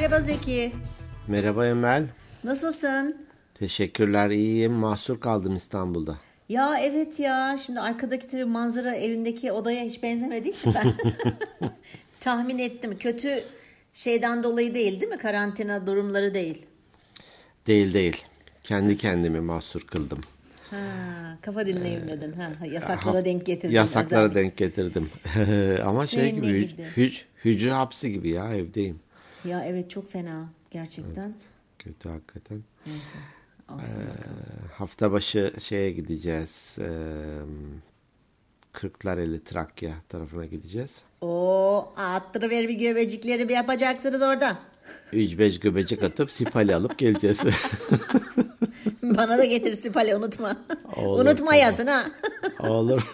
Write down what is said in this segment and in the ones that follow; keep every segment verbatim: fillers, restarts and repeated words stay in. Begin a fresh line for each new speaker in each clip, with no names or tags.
Merhaba Zeki.
Merhaba Emel.
Nasılsın?
Teşekkürler, iyiyim. Mahsur kaldım İstanbul'da.
Ya evet ya. Şimdi arkadaki tabii manzara evindeki odaya hiç benzemediği için ben tahmin ettim. Kötü şeyden dolayı değil değil mi? Karantina durumları değil.
Değil değil. Kendi kendimi mahsur kıldım.
Ha, kafa dinleyeyim dedin. Ha, yasaklara
Ha,
denk getirdin.
Yasaklara
özel.
denk getirdim. Ama şey
Senin
gibi
ne
hü-
gidi?
hüc- hücre hapsi gibi ya, evdeyim.
Ya evet çok fena gerçekten.
Kötü hakikaten.
Neyse. Olsun bakalım.
Ee, hafta başı şeye gideceğiz. Ee, Kırklareli Trakya tarafına gideceğiz.
Oo, attırıver bir göbecikleri bir yapacaksınız orada.
Üç beş göbecek atıp sipali alıp geleceğiz.
Bana da getir sipali unutma.
Olur,
Unutmayasın ha.
Olur.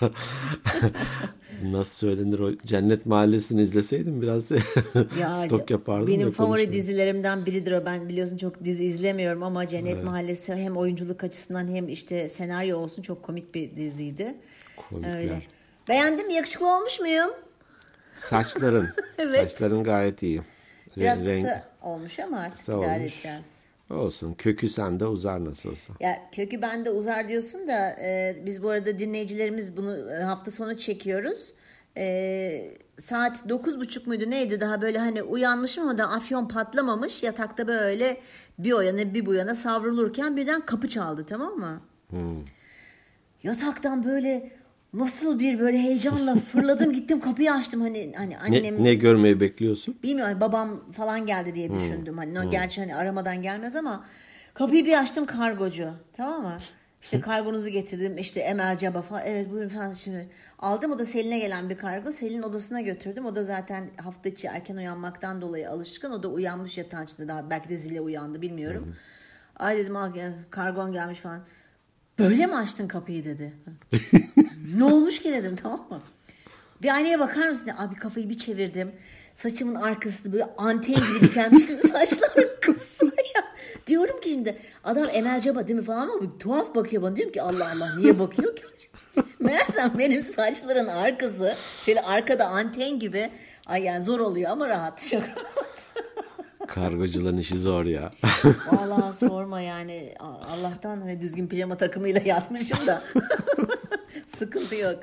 Nasıl söylenir o Cennet Mahallesi'ni izleseydim biraz
Ya,
stok yapardım.
benim
da
favori
konuşmayayım.
dizilerimden biridir o. Ben biliyorsun çok dizi izlemiyorum ama Cennet Mahallesi hem oyunculuk açısından hem işte senaryo olsun çok komik bir diziydi.
Komikler.
Öyle. Beğendin mi? Yakışıklı olmuş muyum?
Saçların.
Evet.
Saçların gayet iyi.
Biraz
Renk-
kısa olmuş ama artık
Kısa
idare
olmuş.
edeceğiz.
Olsun. Kökü sende uzar nasıl olsa.
Ya kökü bende uzar diyorsun da e, biz bu arada dinleyicilerimiz bunu e, hafta sonu çekiyoruz. E, saat dokuz buçuk muydu neydi daha böyle hani uyanmışım ama da afyon patlamamış. Yatakta böyle bir o yana bir bu yana savrulurken birden kapı çaldı, tamam mı?
Hmm.
Yataktan böyle nasıl bir böyle heyecanla fırladım gittim kapıyı açtım hani hani
Ne,
annem
ne görmeyi bekliyorsun?
bilmiyorum babam falan geldi diye düşündüm. Hani no, gerçi hani aramadan gelmez ama kapıyı bir açtım, kargocu. Tamam mı? İşte kargonuzu getirdim. İşte Emel Caba falan. Evet buyurun falan. Şimdi aldım, o da Selin'e gelen bir kargo. Selin odasına götürdüm. O da zaten hafta içi erken uyanmaktan dolayı alışkın. O da uyanmış yatağın içinde, daha belki de zile uyandı bilmiyorum. Ay dedim al gel, kargon gelmiş falan. Böyle mi açtın kapıyı dedi. Ne olmuş ki dedim, tamam mı? Bir aynaya bakar mısın? Abi kafayı bir çevirdim. Saçımın arkasında böyle anten gibi dikenmişti saçlar kısa ya. Diyorum ki şimdi adam Emel Caba değil mi falan ama bir tuhaf bakıyor bana. Diyorum ki Allah Allah niye bakıyor ki? Meğersem benim saçların arkası şöyle arkada anten gibi. Ay yani zor oluyor ama rahat. Çok rahat.
Kargocuların işi zor ya.
Vallahi sorma yani. Allah'tan hani düzgün pijama takımıyla yatmışım da. Sıkıntı yok.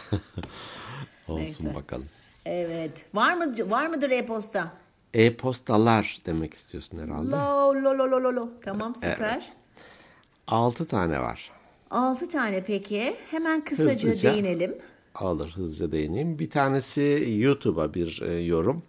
Olsun
Neyse.
bakalım.
Evet. Var mı var mıdır e-posta?
E-postalar demek istiyorsun herhalde.
Lo lo lo lo lo lo. Tamam süper.
Evet. Altı tane var.
Altı tane peki. Hemen kısaca
Hızlıca.
değinelim.
Alır hızlıca değineyim. Bir tanesi YouTube'a bir e, yorum.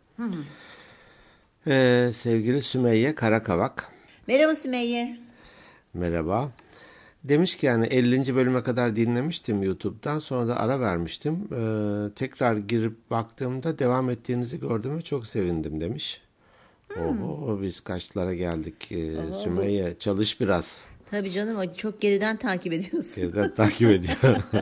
Ee, sevgili Sümeyye Karakavak.
Merhaba Sümeyye.
Merhaba. Demiş ki yani ellinci bölüme kadar dinlemiştim YouTube'dan. Sonra da ara vermiştim. Ee, tekrar girip baktığımda devam ettiğinizi gördüm ve çok sevindim demiş. Oho, biz kaçlara geldik. Ee, Sümeyye çalış biraz.
Tabii canım, o çok geriden takip ediyorsun.
Geriden takip ediyor.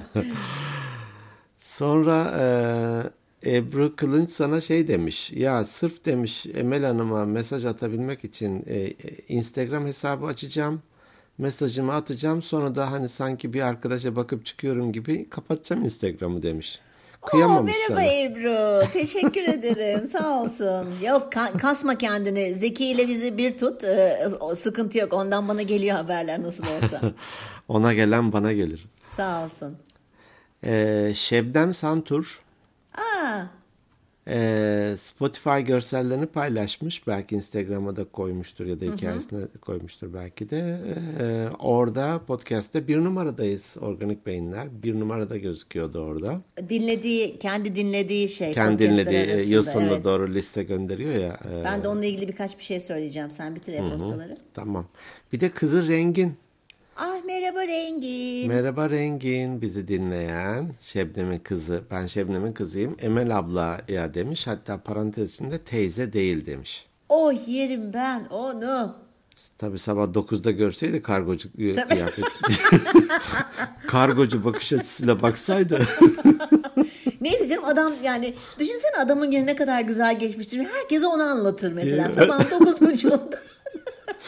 Sonra e, Ebru Kılınç sana şey demiş. Ya sırf demiş Emel Hanım'a mesaj atabilmek için e, Instagram hesabı açacağım. Mesajımı atacağım. Sonra da hani sanki bir arkadaşa bakıp çıkıyorum gibi kapatacağım Instagram'ı demiş.
Oo,
Kıyamamış
merhaba
sana.
Ebru. Teşekkür ederim. Sağ olsun. Yok ka- kasma kendini. Zeki ile bizi bir tut. Ee, o sıkıntı yok. Ondan bana geliyor haberler nasıl olsa.
Ona gelen bana gelir.
Sağ olsun.
Ee, Şebnem Santur
Aa,
e, Spotify görsellerini paylaşmış. Belki Instagram'a da koymuştur ya da hikayesine koymuştur belki de. Ee, orada podcast'te bir numaradayız. Organik Beyinler. Bir numarada gözüküyordu orada.
dinlediği, kendi dinlediği şey.
Kendi
podcastler
dinlediği e,
arasında,
yıl sonuna
evet.
doğru liste gönderiyor ya. e,
Ben de onunla ilgili birkaç bir şey söyleyeceğim. Sen bitir e-postaları.
Tamam. Bir de kızı Rengin.
Ah merhaba Rengin.
Merhaba Rengin, bizi dinleyen Şebnem'in kızı. Ben Şebnem'in kızıyım. Emel abla ya demiş. Hatta parantez içinde teyze değil demiş.
Oh yerim ben onu.
Tabii sabah dokuzda görseydi kargocu kıyafet. Kargocu bakış açısıyla baksaydı.
Neyse canım, adam yani düşünsene adamın günü ne kadar güzel geçmiştir. Herkese onu anlatır mesela sabah dokuz buçukta.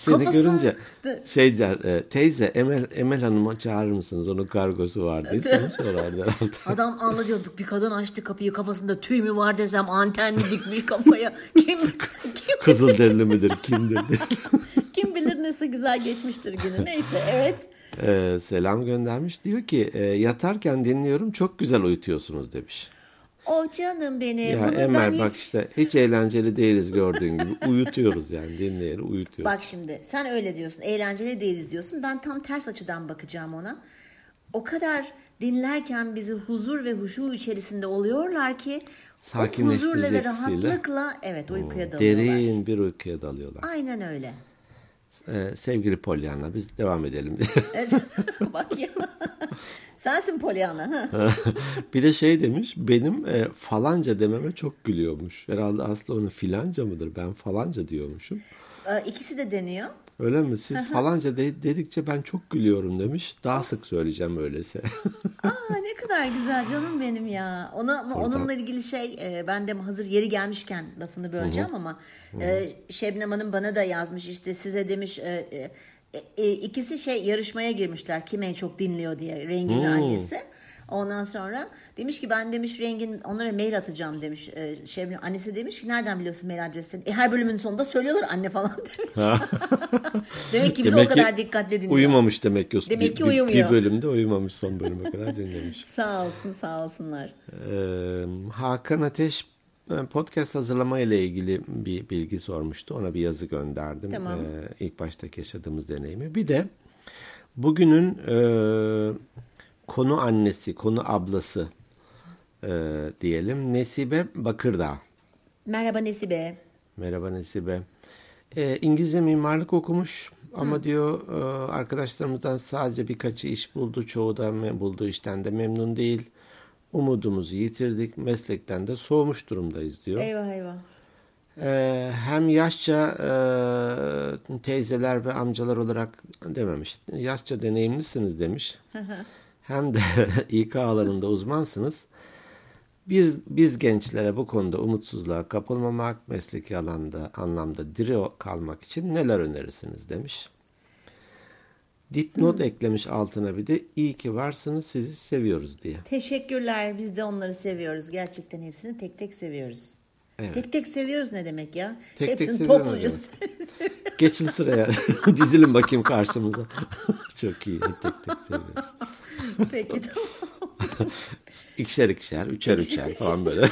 Seni
Kafası-
görünce şey der, e, teyze Emel Emel Hanım'a çağırır mısınız? Onun kargosu var diye sana sorardı herhalde.
Adam anlatıyor, bir kadın açtı kapıyı, kafasında tüy mü var desem, anten mi dikmiş kafaya. Kim kim,
Kızılderili midir, kimdir diye.
kim bilir nasıl güzel geçmiştir günü. Neyse, evet.
E, selam göndermiş. Diyor ki e, yatarken dinliyorum, çok güzel uyutuyorsunuz demiş.
Oh canım benim.
Ya
Bunu
Emel
ben
bak
hiç...
işte hiç eğlenceli değiliz gördüğün gibi. Uyutuyoruz yani, dinleyeni uyutuyoruz.
Bak şimdi sen öyle diyorsun, eğlenceli değiliz diyorsun. Ben tam ters açıdan bakacağım ona. O kadar dinlerken bizi huzur ve huşu içerisinde oluyorlar ki o huzurla
Sakinleştirecek
ve
hissiyle.
rahatlıkla evet uykuya dalıyorlar.
Derin bir uykuya dalıyorlar.
Aynen öyle.
Ee, sevgili Pollyanna, biz devam edelim.
Evet. Bak ya. Sensin Pollyanna. Ha?
Bir de şey demiş, benim e, falanca dememe çok gülüyormuş. Herhalde aslı onun filanca mıdır? Ben falanca diyormuşum.
Ee, İkisi de deniyor.
Öyle mi? Siz falanca de- dedikçe ben çok gülüyorum demiş. Daha sık söyleyeceğim öyleyse.
Aa, ne kadar güzel canım benim ya. Ona, onunla ilgili şey e, ben de hazır yeri gelmişken lafını böleceğim ama e, Şebnem Hanım bana da yazmış, işte size demiş e, e, e, ikisi şey yarışmaya girmişler, kim en çok dinliyor diye, Rengin ve annesi. Ondan sonra demiş ki ben demiş Rengin onlara mail atacağım demiş. E, Şebnem annesi demiş ki nereden biliyorsun mail adresini? E, her bölümün sonunda söylüyorlar anne falan demiş. Demek ki bizi
Demek
o
ki
kadar dikkatli dinliyor.
Uyumamış demek ki.
Demek ki
bir, bir-
uyumuyor.
Bir bölümde uyumamış, son bölüme kadar dinlemiş.
Sağ olsun, sağ olsunlar.
Ee, Hakan Ateş e, podcast hazırlama ile ilgili bir bilgi sormuştu. Ona bir yazı gönderdim.
Tamam.
Ee, ilk baştaki yaşadığımız deneyimi. Bir de bugünün e, konu annesi, konu ablası e, diyelim. Nesibe Bakırdağ.
Merhaba Nesibe.
Merhaba Nesibe. Ee, İngilizce mimarlık okumuş ama diyor e, arkadaşlarımızdan sadece birkaçı iş buldu. Çoğu da me- bulduğu işten de memnun değil. Umudumuzu yitirdik. Meslekten de soğumuş durumdayız diyor.
Eyvah eyvah.
Ee, hem yaşça e, teyzeler ve amcalar olarak dememiş. Yaşça deneyimlisiniz demiş. Hem de İK alanında uzmansınız. Biz, biz gençlere bu konuda umutsuzluğa kapılmamak, mesleki alanda anlamda diri kalmak için neler önerirsiniz demiş. Dipnot eklemiş altına bir de iyi ki varsınız, sizi seviyoruz diye.
Teşekkürler. Biz de onları seviyoruz. Gerçekten hepsini tek tek seviyoruz.
Evet.
Tek tek seviyoruz ne demek ya?
Tek tek
Hepsini
seviyorum
topluca
hocam.
seviyoruz.
Geçin sıraya. Dizilin bakayım karşımıza. Çok iyi. Tek tek seviyoruz.
Peki tamam.
İkişer ikişer, üçer üçer falan böyle.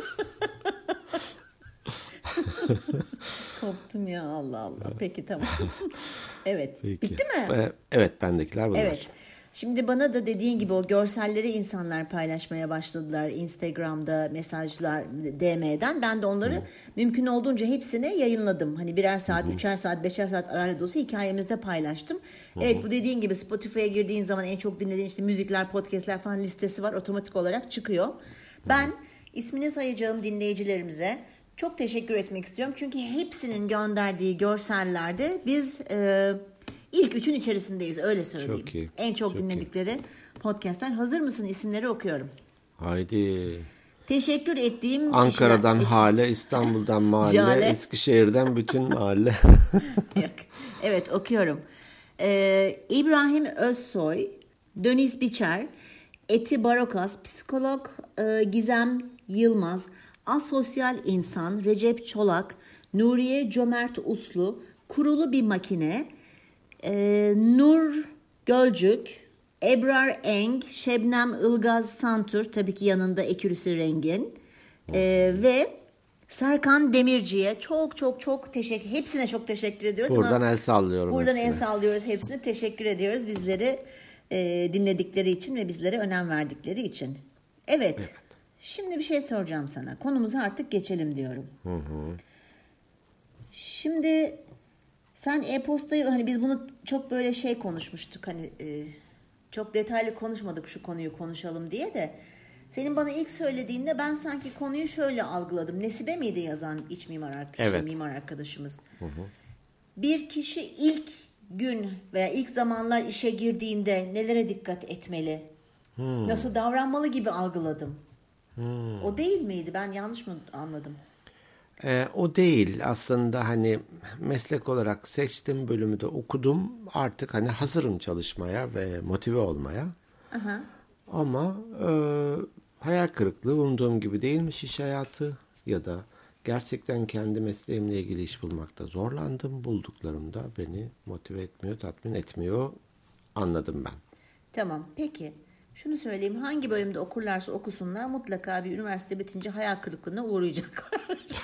Koptum ya, Allah Allah. Peki tamam. Evet.
Peki.
Bitti mi?
Ee, Evet, bendekiler bunlar.
Evet. Şimdi bana da dediğin gibi o görselleri insanlar paylaşmaya başladılar. Instagram'da mesajlar, D M'den. Ben de onları mümkün olduğunca hepsini yayınladım. Hani birer saat, üçer saat, beşer saat arayla da olsa hikayemizde paylaştım. Evet, bu dediğin gibi Spotify'a girdiğin zaman en çok dinlediğin işte müzikler, podcastler falan listesi var. Otomatik olarak çıkıyor. Ben ismini sayacağım dinleyicilerimize çok teşekkür etmek istiyorum. Çünkü hepsinin gönderdiği görsellerde biz e, ilk üçün içerisindeyiz, öyle söyleyeyim.
Çok iyi,
En çok,
çok
dinledikleri podcastler. Hazır mısın? İsimleri okuyorum.
Haydi.
Teşekkür ettiğim
Ankara'dan
kişiler...
Hale, İstanbul'dan Mahalle,
Jale.
Eskişehir'den bütün mahalle.
Yok. Evet, okuyorum. Ee, İbrahim Özsoy, Dönis Biçer, Eti Barokas, psikolog e, Gizem Yılmaz, asosyal insan Recep Çolak, Nuriye Cömert Uslu, Kurulu Bir Makine, e, Nur Gölcük, Ebrar Eng, Şebnem Ilgaz Santur, tabii ki yanında ekürüsü Rengin e, ve Serkan Demirci'ye çok çok çok teşekkür, hepsine çok teşekkür ediyoruz.
Buradan
ama
el sallıyorum
Buradan
hepsine.
el sallıyoruz hepsine, teşekkür ediyoruz bizleri e, dinledikleri için ve bizlere önem verdikleri için. Evet, evet. Şimdi bir şey soracağım sana. Konumuza artık geçelim diyorum. Hı hı. Şimdi sen e-postayı, hani biz bunu çok böyle şey konuşmuştuk, hani e, çok detaylı konuşmadık şu konuyu konuşalım diye de. Senin bana ilk söylediğinde ben sanki konuyu şöyle algıladım. Nesibe miydi yazan iç mimar, arkadaş,
evet.
mimar arkadaşımız? Hı hı. Bir kişi ilk gün veya ilk zamanlar işe girdiğinde nelere dikkat etmeli? Hmm. Nasıl davranmalı gibi algıladım. Hmm. O değil miydi? Ben yanlış mı anladım?
Ee, o değil aslında, hani meslek olarak seçtim, bölümü de okudum. Artık hani hazırım çalışmaya ve motive olmaya.
Aha.
Ama e, hayal kırıklığı, umduğum gibi değilmiş iş hayatı ya da gerçekten kendi mesleğimle ilgili iş bulmakta zorlandım. Bulduklarım da beni motive etmiyor, tatmin etmiyor, anladım ben.
Tamam. Peki. Şunu söyleyeyim. Hangi bölümde okurlarsa okusunlar mutlaka bir üniversite bitince hayal kırıklığına uğrayacaklar.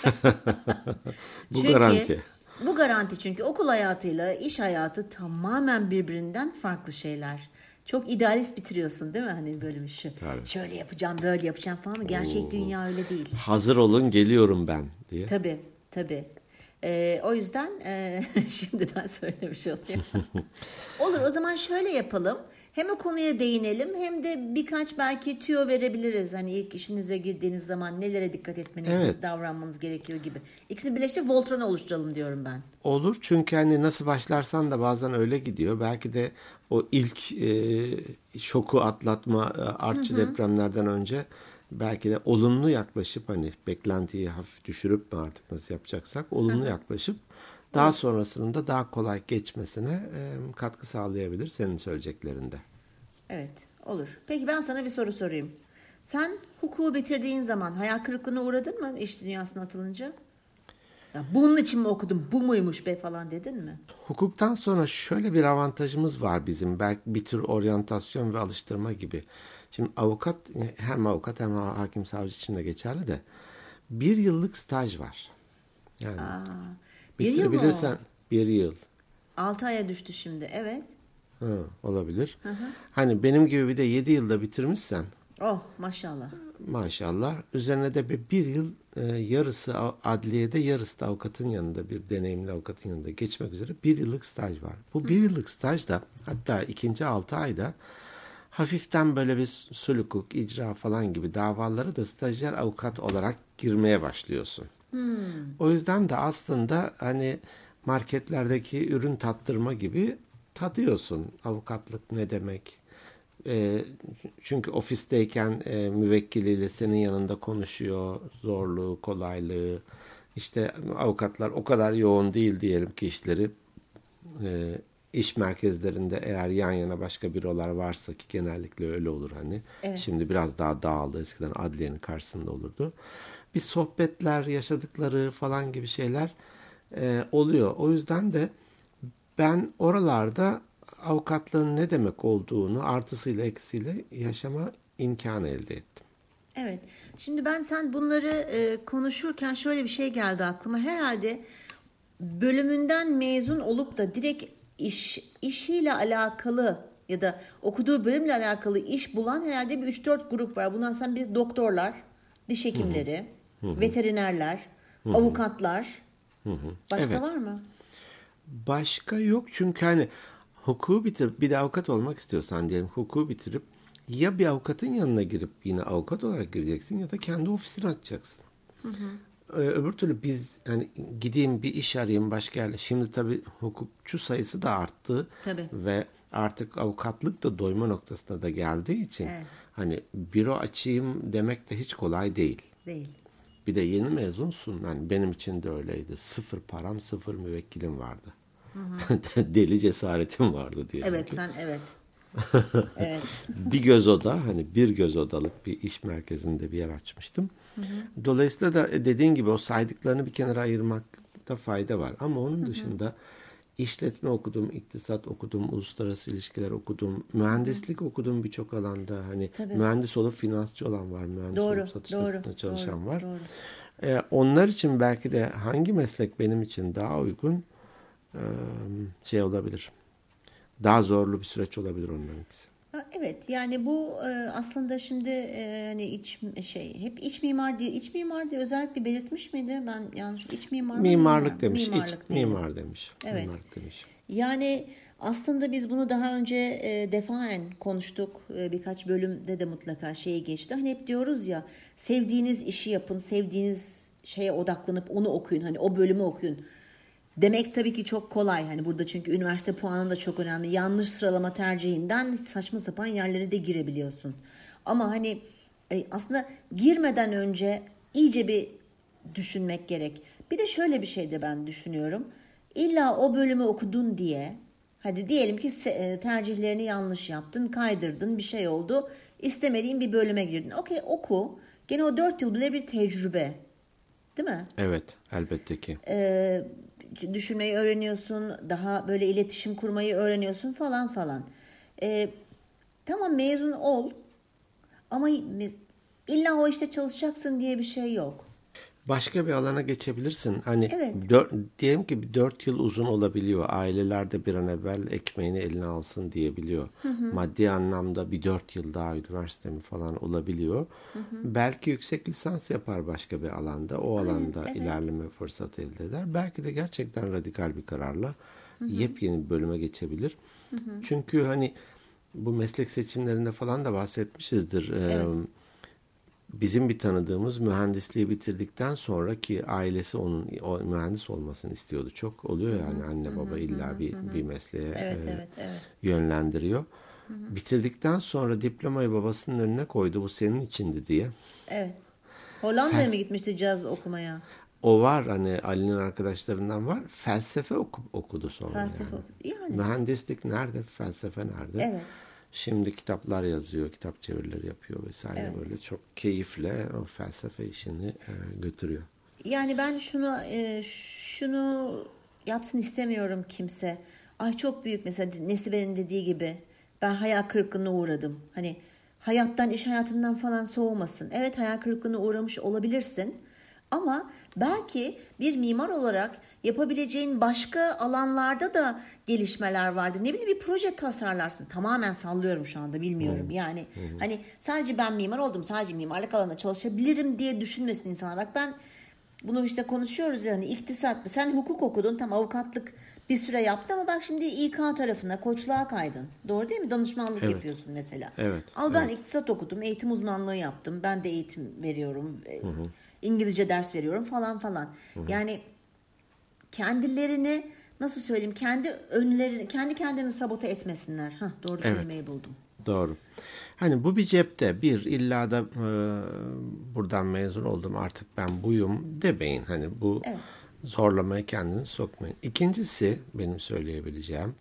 Bu
Çünkü
garanti.
bu garanti, çünkü okul hayatıyla iş hayatı tamamen birbirinden farklı şeyler. Çok idealist bitiriyorsun değil mi? Hani bölümü şu.
Tabii.
Şöyle yapacağım, böyle yapacağım falan ama gerçek dünya öyle değil.
Hazır olun, geliyorum ben diye.
Tabii, tabii. Ee, o yüzden e, şimdiden söylemiş olayım. Olur, o zaman şöyle yapalım. Hem o konuya değinelim hem de birkaç belki tüyo verebiliriz. Hani ilk işinize girdiğiniz zaman nelere dikkat etmeniz,
Evet.
nasıl davranmanız gerekiyor gibi. İkisini birleştirip Voltron'u oluşturalım diyorum ben.
Olur, çünkü hani nasıl başlarsan da bazen öyle gidiyor. Belki de o ilk e, şoku atlatma, e, artçı depremlerden önce belki de olumlu yaklaşıp, hani beklentiyi hafif düşürüp mi artık nasıl yapacaksak olumlu yaklaşıp daha sonrasında daha kolay geçmesine e, katkı sağlayabilir senin söyleyeceklerinde.
Evet, olur. Peki ben sana bir soru sorayım. Sen hukuku bitirdiğin zaman hayal kırıklığına uğradın mı iş dünyasına atılınca? Ya bunun için mi okudum, bu muymuş be falan dedin mi?
Hukuktan sonra şöyle bir avantajımız var bizim. Belki bir tür oryantasyon ve alıştırma gibi. Şimdi avukat, hem avukat hem hakim savcı için de geçerli de bir yıllık staj var. Yani
Aa, bir yıl mı o?
bitirebilirsen bir yıl.
Altı aya düştü şimdi, evet.
Hı, olabilir. Hani benim gibi bir de yedi yılda bitirmişsen
Oh maşallah.
maşallah, üzerine de bir, bir yıl e, yarısı adliyede, yarısı da avukatın yanında, bir deneyimli avukatın yanında geçmek üzere bir yıllık staj var. Bu bir yıllık stajda, hatta ikinci altı ayda hafiften böyle bir sulh hukuk, icra falan gibi davalara da stajyer avukat olarak girmeye başlıyorsun. O yüzden de aslında hani marketlerdeki ürün tattırma gibi tadıyorsun. Avukatlık ne demek? E, çünkü ofisteyken e, müvekkiliyle senin yanında konuşuyor. Zorluğu, kolaylığı. İşte avukatlar o kadar yoğun değil diyelim ki işleri. E, iş merkezlerinde eğer yan yana başka bürolar varsa, ki genellikle öyle olur hani.
Evet.
Şimdi biraz daha dağıldı. Eskiden adliyenin karşısında olurdu. Bir sohbetler, yaşadıkları falan gibi şeyler e, oluyor. O yüzden de ben oralarda avukatlığın ne demek olduğunu artısıyla eksisiyle yaşama imkanı elde ettim.
Evet. Şimdi ben sen bunları e, konuşurken şöyle bir şey geldi aklıma. Herhalde bölümünden mezun olup da direkt iş işiyle alakalı ya da okuduğu bölümle alakalı iş bulan herhalde bir üç dört grup var. Bunlar sen bir doktorlar, diş hekimleri, veterinerler, avukatlar. Başka
Evet.
var mı?
Başka yok, çünkü hani hukuku bitirip bir de avukat olmak istiyorsan diyelim, hukuku bitirip ya bir avukatın yanına girip yine avukat olarak gireceksin ya da kendi ofisini açacaksın. Hı hı. Ee, öbür türlü biz hani gideyim bir iş arayayım başka yerde. Şimdi tabii hukukçu sayısı da arttı.
Tabii.
Ve artık avukatlık da doyma noktasına da geldiği için
Evet.
hani büro açayım demek de hiç kolay değil.
Değil.
Bir de yeni mezunsun. Yani benim için de öyleydi. Sıfır param, sıfır müvekkilim vardı. Deli cesaretim vardı diye.
Evet sen evet. Evet.
Bir göz oda, hani bir göz odalık bir iş merkezinde bir yer açmıştım. Hı hı. Dolayısıyla da dediğin gibi o saydıklarını bir kenara ayırmakta fayda var. Ama onun hı hı. dışında işletme okudum, iktisat okudum, uluslararası ilişkiler okudum, mühendislik hı hı. okudum birçok alanda. Hani
Tabii.
mühendis olup finansçı olan var, mühendis
Doğru,
olup satış
doğru,
tarafında çalışan
doğru,
var.
doğru.
Ee, onlar için belki de hangi meslek benim için daha uygun ee, şey olabilir. Daha zorlu bir süreç olabilir onlarınkisi.
Ha, evet yani bu e, aslında şimdi e, hani iç şey hep iç mimar diye iç mimar diye özellikle belirtmiş miydi? Ben yanlış iç mimar mı?
Mimarlık
Mimar,
demiş.
mimarlık
iç
değil.
mimar demiş.
Evet.
Mimarlık demiş.
Yani aslında biz bunu daha önce e, defaen konuştuk. E, birkaç bölümde de mutlaka şeyi geçti. Hani hep diyoruz ya, sevdiğiniz işi yapın, sevdiğiniz şeye odaklanıp onu okuyun. Hani o bölümü okuyun. Demek tabii ki çok kolay. Hani burada çünkü üniversite puanı da çok önemli. Yanlış sıralama tercihinden saçma sapan yerlere de girebiliyorsun. Ama hani e, aslında girmeden önce iyice bir düşünmek gerek. Bir de şöyle bir şey de ben düşünüyorum. İlla o bölümü okudun diye, hadi diyelim ki tercihlerini yanlış yaptın, kaydırdın, bir şey oldu, istemediğin bir bölüme girdin. Okey, oku. Gene o dört yıl bile bir tecrübe. Değil mi?
Evet, elbette ki.
Ee, düşünmeyi öğreniyorsun, daha böyle iletişim kurmayı öğreniyorsun falan falan. Ee, tamam, mezun ol ama illa o işte çalışacaksın diye bir şey yok.
Başka bir alana geçebilirsin. Hani
evet.
dört, diyelim ki bir dört yıl uzun olabiliyor. Aileler de bir an evvel ekmeğini eline alsın diyebiliyor. Hı hı. Maddi anlamda bir dört yıl daha üniversite mi falan olabiliyor. Hı hı. Belki yüksek lisans yapar başka bir alanda. O alanda evet, evet. ilerleme fırsatı elde eder. Belki de gerçekten radikal bir kararla hı hı. yepyeni bir bölüme geçebilir. Hı hı. Çünkü hani bu meslek seçimlerinde falan da bahsetmişizdir. Evet. Ee, Bizim bir tanıdığımız mühendisliği bitirdikten sonra ki ailesi onun o mühendis olmasını istiyordu. Çok oluyor yani anne baba illa bir bir mesleğe
evet,
e,
evet, evet.
yönlendiriyor. Hı hı. Bitirdikten sonra diplomayı babasının önüne koydu. Bu senin içindi diye.
Evet. Hollanda'ya Fels- mı gitmişti caz okumaya?
O var, hani Ali'nin arkadaşlarından var. Felsefe oku, okudu sonra.
Felsefe
yani.
okudu. Yani.
Mühendislik nerede? Felsefe nerede?
Evet.
Şimdi kitaplar yazıyor, kitap çevirileri yapıyor vesaire, evet. Böyle çok keyifle o felsefe işini e, götürüyor.
Yani ben şunu e, şunu yapsın istemiyorum kimse. Ay çok büyük, mesela Nesibe'nin dediği gibi ben hayal kırıklığına uğradım. Hani hayattan, iş hayatından falan soğumasın. Evet, hayal kırıklığına uğramış olabilirsin. Ama belki bir mimar olarak yapabileceğin başka alanlarda da gelişmeler vardır. Ne bileyim, bir proje tasarlarsın. Tamamen sallıyorum şu anda, bilmiyorum. Hmm. Yani hmm. hani sadece ben mimar oldum, sadece mimarlık alanında çalışabilirim diye düşünmesin insanlar. Bak ben bunu işte konuşuyoruz yani, iktisat. Sen hukuk okudun, tam avukatlık bir süre yaptı ama bak şimdi İK tarafına, koçluğa kaydın. Doğru değil mi? Danışmanlık evet. yapıyorsun mesela.
Evet.
Ama ben
evet.
iktisat okudum, eğitim uzmanlığı yaptım. Ben de eğitim veriyorum. Hı hı. İngilizce ders veriyorum falan falan. Hı hı. Yani kendilerini nasıl söyleyeyim, kendi önlerini, kendi kendilerini sabote etmesinler. Hah, doğru evet. kelimeyi buldum.
Doğru. Hani bu bir cepte. Bir, illa da e, buradan mezun oldum artık ben buyum demeyin. Hani bu evet. zorlamaya kendini sokmayın. İkincisi benim söyleyebileceğim.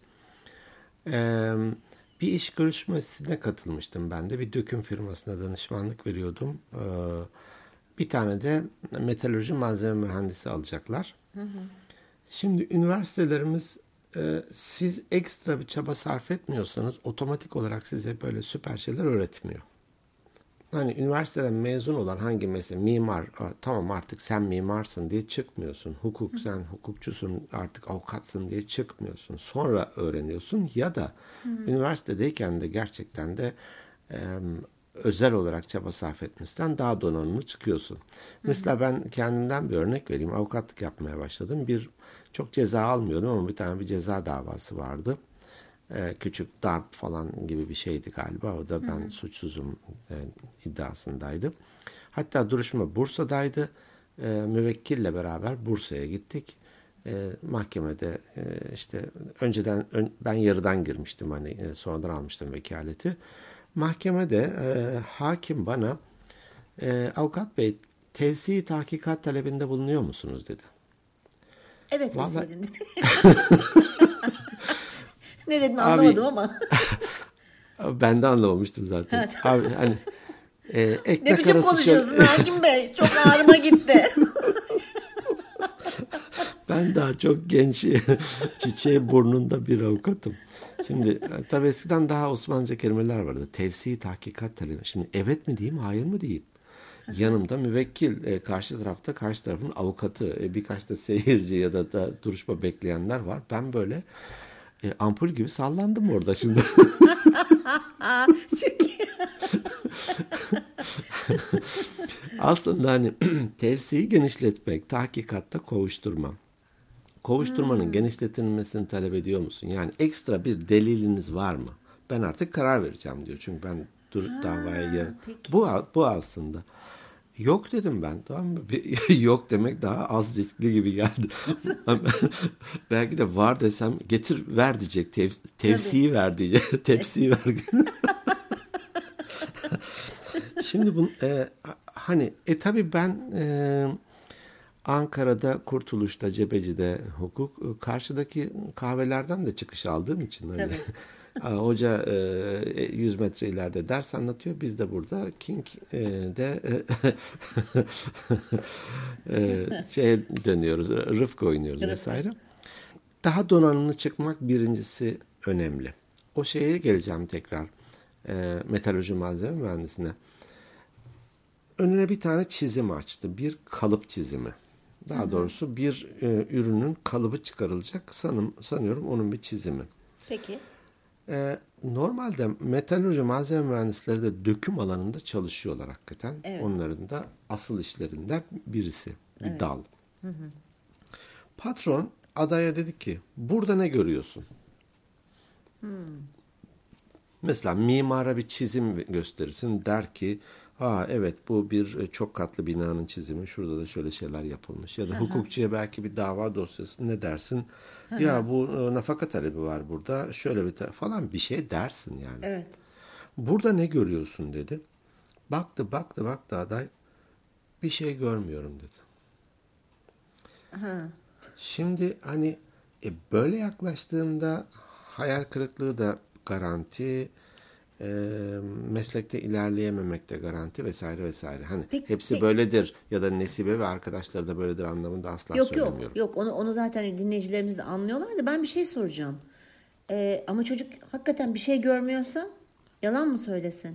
E, bir iş görüşmesine katılmıştım ben de. Bir döküm firmasına danışmanlık veriyordum. E, bir tane de metalurji malzeme mühendisi alacaklar. Hı hı. Şimdi üniversitelerimiz e, siz ekstra bir çaba sarf etmiyorsanız otomatik olarak size böyle süper şeyler öğretmiyor. Hani üniversiteden mezun olan hangi mesleği, mimar, tamam artık sen mimarsın diye çıkmıyorsun. Hukuk, sen hukukçusun artık avukatsın diye çıkmıyorsun. Sonra öğreniyorsun ya da hı hı. üniversitedeyken de gerçekten de e, özel olarak çaba sarf etmişsen daha donanımlı çıkıyorsun. Hı hı. Mesela ben kendimden bir örnek vereyim. Avukatlık yapmaya başladım. Bir çok ceza almıyordum ama bir tane bir ceza davası vardı. Ee, küçük darp falan gibi bir şeydi galiba. O da ben hı hı. suçsuzum e, iddiasındaydı. Hatta duruşma Bursa'daydı. E, müvekkille beraber Bursa'ya gittik. E, mahkemede e, işte önceden ön, ben yarıdan girmiştim, hani e, sonradan almıştım vekaleti. Mahkemede e, hakim bana e, avukat bey tevsi tahkikat talebinde bulunuyor musunuz dedi.
Evet deseydin. Ne dedin anlamadım abi, ama.
Ben de anlamamıştım zaten. Evet. Abi hani e, ekmek
ne biçim konuşuyorsun şöyle... Hakim Bey? Çok ağrıma gitti.
Ben daha çok genç, çiçeği burnunda bir avukatım. Şimdi tabii eskiden daha Osmanlıca kelimeler vardı. Tevsi tahkikat talebi. Şimdi evet mi diyeyim, hayır mı diyeyim? Yanımda müvekkil, e, karşı tarafta karşı tarafın avukatı, e, birkaç da seyirci ya da, da duruşma bekleyenler var. Ben böyle e, ampul gibi sallandım orada şimdi. Aslında hani tevsiyi genişletmek, tahkikatta kovuşturma. Kovuşturmanın hmm. genişletilmesini talep ediyor musun? Yani ekstra bir deliliniz var mı? Ben artık karar vereceğim diyor. Çünkü ben dur, ha, davaya gel. Bu, bu aslında. Yok dedim ben, tamam mı? Yok demek daha az riskli gibi geldi. Belki de var desem getir ver diyecek. Tev, tevsiyi ver diyecek. Tepsiyi ver. Şimdi bu e, hani e tabii ben e, Ankara'da, Kurtuluş'ta, Cebeci'de hukuk. Karşıdaki kahvelerden de çıkış aldığım için. Hani, hoca e, yüz metre ileride ders anlatıyor. Biz de burada King'de e, şeye dönüyoruz. Rıfkı oynuyoruz vesaire. Daha donanımlı çıkmak birincisi önemli. O şeye geleceğim tekrar. E, metalurji malzeme mühendisine. Önüne bir tane çizim açtı. Bir kalıp çizimi. Daha Hı-hı. doğrusu bir e, ürünün kalıbı çıkarılacak. Sanım, sanıyorum onun bir çizimi.
Peki.
E, normalde metalurji malzeme mühendisleri de döküm alanında çalışıyorlar hakikaten. Evet. Onların da asıl işlerinden birisi. Bir evet. dal. Hı hı. Patron adaya dedi ki burada ne görüyorsun? Hmm. Mesela mimara bir çizim gösterirsin. Der ki ha evet bu bir çok katlı binanın çizimi. Şurada da şöyle şeyler yapılmış. Ya da Aha. hukukçuya belki bir dava dosyası ne dersin? Aha. Ya bu nafaka talebi var burada. Şöyle bir ta- falan bir şey dersin yani.
Evet.
Burada ne görüyorsun dedi. Baktı baktı baktı aday. Bir şey görmüyorum dedi.
Aha.
Şimdi hani e, böyle yaklaştığımda hayal kırıklığı da garanti, e, meslekte ilerleyememek de garanti vesaire vesaire. Hani peki, hepsi peki. böyledir ya da Nesibe ve arkadaşları da böyledir anlamında asla
yok,
söylemiyorum.
Yok yok onu onu zaten dinleyicilerimiz de anlıyorlar da ben bir şey soracağım. Ee, ama çocuk hakikaten bir şey görmüyorsa yalan mı söylesin?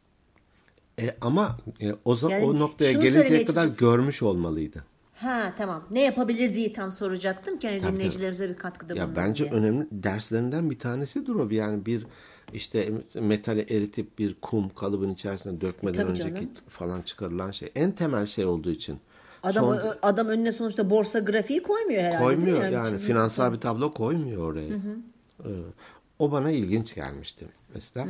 E, ama e, o zaman yani o noktaya gelinceye kadar için... görmüş olmalıydı.
Ha tamam. Ne yapabilir diye tam soracaktım ki yani tabii, dinleyicilerimize tabii. bir katkıda bulunalım
ya bence
diye.
önemli derslerinden bir tanesidir o. Yani bir işte metali eritip bir kum kalıbın içerisine dökmeden tabii önceki canım. falan çıkarılan şey. En temel şey olduğu için.
Adam Son... adam önüne sonuçta borsa grafiği koymuyor herhalde.
Koymuyor yani,
yani
finansal falan. bir tablo koymuyor oraya. Hı hı. Ee, o bana ilginç gelmişti mesela. Hmm.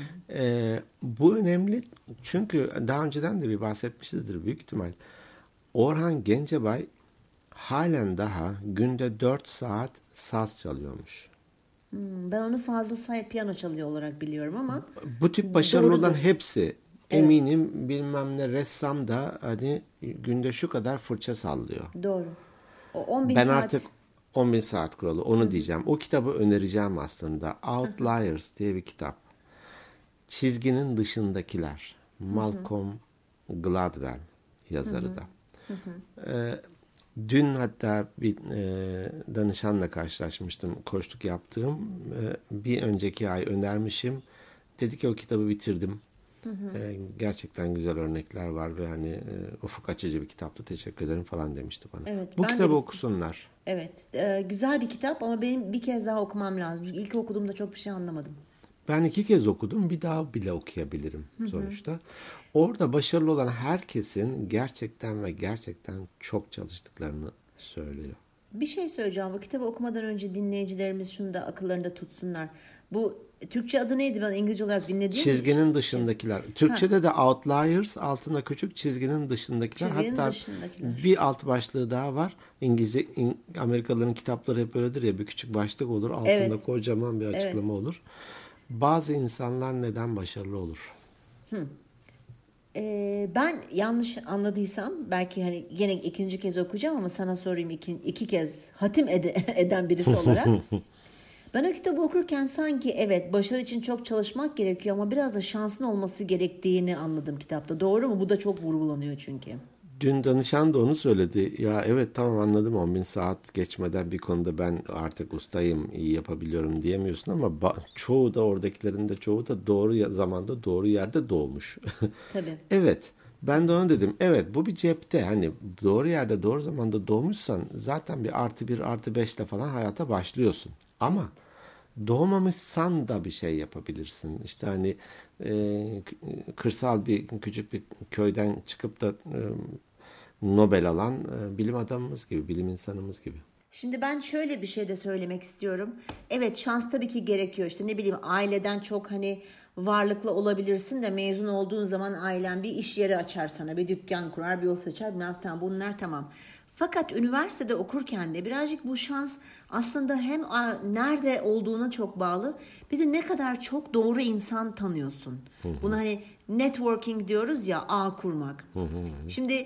Ee, bu önemli çünkü daha önceden de bir bahsetmişizdir büyük ihtimal. Orhan Gencebay halen daha günde dört saat saz çalıyormuş.
Hmm, ben onu Fazıl Say piyano çalıyor olarak biliyorum ama
bu tip başarılı doğrudur. olan hepsi evet. eminim bilmem ne ressam da hani günde şu kadar fırça sallıyor.
Doğru. O on bin
ben
saat.
artık on bin saat kuralı onu Hı. diyeceğim. O kitabı önereceğim aslında. Outliers diye bir kitap. Çizginin dışındakiler. Malcolm Hı. Gladwell yazarı Hı. da. Hı hı. Ee, dün hatta bir e, danışanla karşılaşmıştım. Koçluk yaptığım. E, bir önceki ay önermişim. Dedi ki o kitabı bitirdim. Hı hı. E, gerçekten güzel örnekler var ve hani e, ufuk açıcı bir kitaptı. Teşekkür ederim falan demişti bana. Evet, Bu kitabı de, okusunlar.
Evet. E, güzel bir kitap ama benim bir kez daha okumam lazım. Çünkü ilk okuduğumda çok bir şey anlamadım.
Ben iki kez okudum. Bir daha bile okuyabilirim hı hı. sonuçta. Orada başarılı olan herkesin gerçekten ve gerçekten çok çalıştıklarını söylüyor.
Bir şey söyleyeceğim. Bu kitabı okumadan önce dinleyicilerimiz şunu da akıllarında tutsunlar. Bu Türkçe adı neydi? Ben İngilizce olarak dinlediğim
Çizginin için. dışındakiler. Türkçe'de ha. de Outliers, altında küçük çizginin dışındakiler.
Çizginin
Hatta
dışındakiler.
bir alt başlığı daha var. İngilizce, Amerikalıların kitapları hep öyledir ya, bir küçük başlık olur. Altında evet. kocaman bir açıklama evet. olur. Bazı insanlar neden başarılı olur?
Hı. Ee, ben yanlış anladıysam belki hani yine ikinci kez okuyacağım ama sana sorayım iki, iki kez hatim ede, eden birisi olarak. Ben o kitabı okurken sanki evet başarı için çok çalışmak gerekiyor ama biraz da şansın olması gerektiğini anladım kitapta. Doğru mu? Bu da çok vurgulanıyor çünkü.
Dün danışan da onu söyledi. Ya evet tamam anladım, on bin saat geçmeden bir konuda ben artık ustayım, iyi yapabiliyorum diyemiyorsun ama ba- çoğu da oradakilerin de çoğu da doğru zamanda doğru yerde doğmuş.
Tabii.
Evet. Ben de onu dedim. Evet bu bir cepte. Hani doğru yerde doğru zamanda doğmuşsan zaten bir artı bir artı beşle falan hayata başlıyorsun. Ama evet. doğmamışsan da bir şey yapabilirsin. İşte hani e, kırsal bir küçük bir köyden çıkıp da e, Nobel alan e, bilim adamımız gibi, bilim insanımız gibi.
Şimdi ben şöyle bir şey de söylemek istiyorum. Evet şans tabii ki gerekiyor. İşte ne bileyim aileden çok hani varlıklı olabilirsin de mezun olduğun zaman ailen bir iş yeri açar sana. Bir dükkan kurar, bir ofis açar. Tamam, bunlar tamam. Fakat üniversitede okurken de birazcık bu şans aslında hem nerede olduğuna çok bağlı. Bir de ne kadar çok doğru insan tanıyorsun. Hı hı. Buna hani networking diyoruz ya, ağ kurmak. Hı hı. Şimdi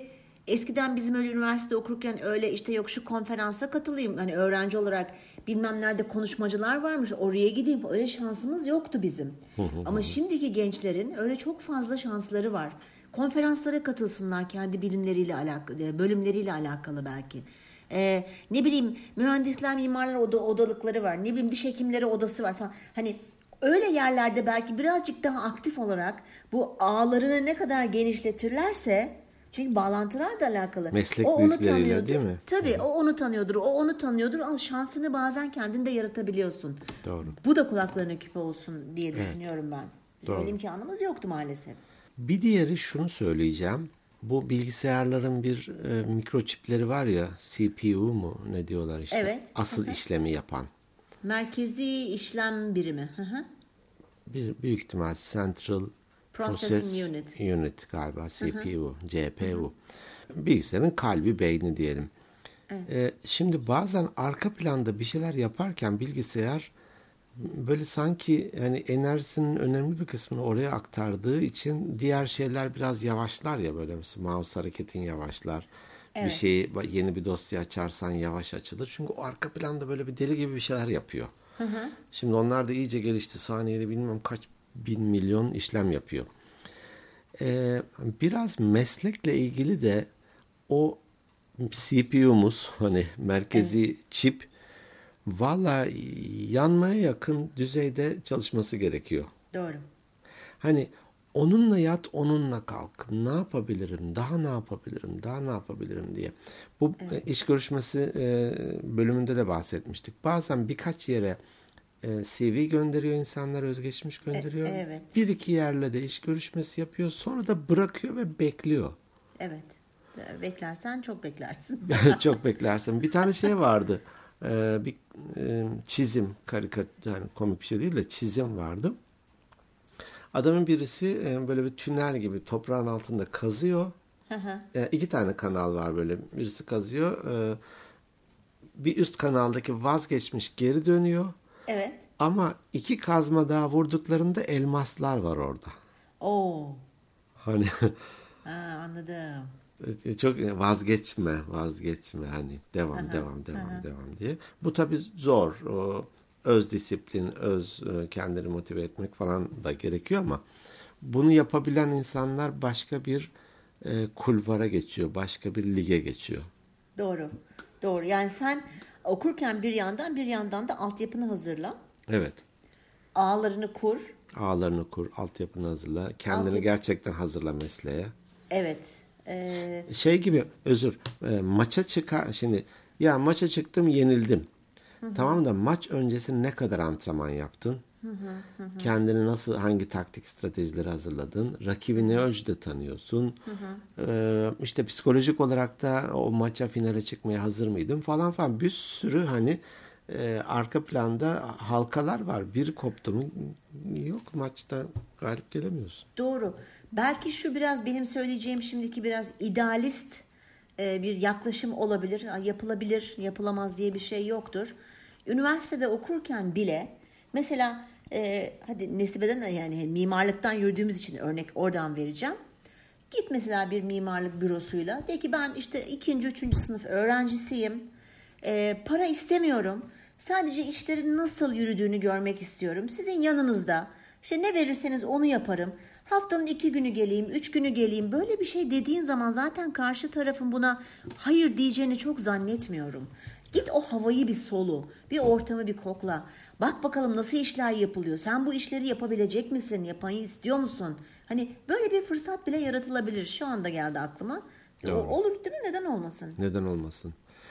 eskiden bizim öyle üniversite okurken öyle işte yok şu konferansa katılayım. Hani öğrenci olarak bilmem nerede konuşmacılar varmış oraya gideyim. Öyle şansımız yoktu bizim. Ama şimdiki gençlerin öyle çok fazla şansları var. Konferanslara katılsınlar kendi bilimleriyle alakalı, bölümleriyle alakalı belki. Ee, ne bileyim mühendisler, mimarlar oda, odalıkları var. Ne bileyim diş hekimleri odası var falan. Hani öyle yerlerde belki birazcık daha aktif olarak bu ağlarını ne kadar genişletirlerse, çünkü bağlantılar da alakalı.
Meslek
o onu
büyükleriyle
tanıyordur.
değil mi?
Tabii Hı-hı. o onu tanıyordur. O onu tanıyordur. Al şansını bazen kendinde yaratabiliyorsun.
Doğru.
Bu da kulaklarına küpe olsun diye düşünüyorum evet. ben. Bizim öyle imkanımız yoktu maalesef.
Bir diğeri şunu söyleyeceğim. Bu bilgisayarların bir e, mikroçipleri var ya, C P U mu ne diyorlar işte.
Evet.
Asıl
Hı-hı.
işlemi yapan.
Merkezi işlem birimi. Hı-hı.
Bir büyük ihtimal Central
Processing
Process
Unit.
Unit galiba, C P U, Hı-hı. C P U. Hı-hı. Bilgisayarın kalbi, beyni diyelim. Evet. Ee, şimdi bazen arka planda bir şeyler yaparken bilgisayar böyle sanki yani enerjisinin önemli bir kısmını oraya aktardığı için diğer şeyler biraz yavaşlar ya, böyle mesela mouse hareketin yavaşlar. Evet. Bir şeyi, yeni bir dosya açarsan yavaş açılır. Çünkü o arka planda böyle bir deli gibi bir şeyler yapıyor. Hı hı. Şimdi onlar da iyice gelişti. Saniyede bilmem kaç bin milyon işlem yapıyor. Ee, biraz meslekle ilgili de o C P U'muz, hani merkezi evet. çip, valla yanmaya yakın düzeyde çalışması gerekiyor.
Doğru.
Hani onunla yat, onunla kalk. Ne yapabilirim? Daha ne yapabilirim? Daha ne yapabilirim diye. Bu evet. iş görüşmesi bölümünde de bahsetmiştik. Bazen birkaç yere C V gönderiyor insanlar, özgeçmiş gönderiyor.
E, evet.
Bir iki yerle de iş görüşmesi yapıyor. Sonra da bırakıyor ve bekliyor.
Evet. Beklersen çok beklersin.
Çok beklersin. Bir tane şey vardı. Ee, bir e, çizim, karikatür, yani komik bir şey değil de çizim vardı. Adamın birisi e, böyle bir tünel gibi toprağın altında kazıyor. e, iki tane kanal var böyle. Birisi kazıyor. E, bir üst kanaldaki vazgeçmiş, geri dönüyor.
Evet.
Ama iki kazma daha vurduklarında elmaslar var orada.
Oo.
Hani
ha, anladım.
Çok vazgeçme, vazgeçme, hani devam, aha, devam, devam, aha. devam diye. Bu tabii zor. O öz disiplin, öz kendini motive etmek falan da gerekiyor ama bunu yapabilen insanlar başka bir e, kulvara geçiyor, başka bir lige geçiyor.
Doğru, doğru. Yani sen okurken bir yandan bir yandan da altyapını hazırla.
Evet.
Ağlarını kur.
Ağlarını kur, altyapını hazırla. Kendini Altyapı... gerçekten hazırla mesleğe.
Evet. Ee...
Şey gibi, özür, e, maça çıkar, şimdi ya maça çıktım, yenildim. Hı hı. Tamam da maç öncesi ne kadar antrenman yaptın? Hı hı hı. Kendini nasıl, hangi taktik stratejileri hazırladın? Rakibi ne ölçüde tanıyorsun? Hı hı. Ee, işte psikolojik olarak da o maça, finale çıkmaya hazır mıydın? Falan falan, bir sürü hani e, arka planda halkalar var. Bir koptu mu yok, maçta galip gelemiyorsun.
Doğru. Belki şu biraz benim söyleyeceğim şimdiki biraz idealist e, bir yaklaşım olabilir. Yapılabilir, yapılamaz diye bir şey yoktur. Üniversitede okurken bile mesela e, hadi Nesibe'den, yani mimarlıktan yürüdüğümüz için örnek oradan vereceğim. Git mesela bir mimarlık bürosuyla de ki ben işte ikinci, üçüncü sınıf öğrencisiyim. E, para istemiyorum. Sadece işlerin nasıl yürüdüğünü görmek istiyorum. Sizin yanınızda işte ne verirseniz onu yaparım. Haftanın iki günü geleyim, üç günü geleyim. Böyle bir şey dediğin zaman zaten karşı tarafın buna hayır diyeceğini çok zannetmiyorum. Git o havayı bir solu, bir ortamı bir kokla. Bak bakalım nasıl işler yapılıyor. Sen bu işleri yapabilecek misin? Yapmayı istiyor musun? Hani böyle bir fırsat bile yaratılabilir. Şu anda geldi aklıma. O, olur değil mi? Neden olmasın?
Neden olmasın?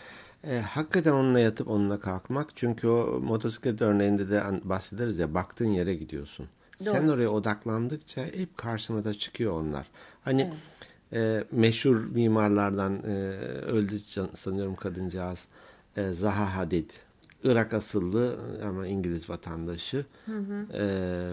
E, hakikaten onunla yatıp onunla kalkmak. Çünkü o motosiklet örneğinde de bahsederiz ya, baktığın yere gidiyorsun. Doğru. Sen oraya odaklandıkça hep karşına da çıkıyor onlar. Hani evet. e, meşhur mimarlardan e, öldü sanıyorum kadıncağız. E, Zaha Hadid. Irak asıllı ama İngiliz vatandaşı. Hı hı. E,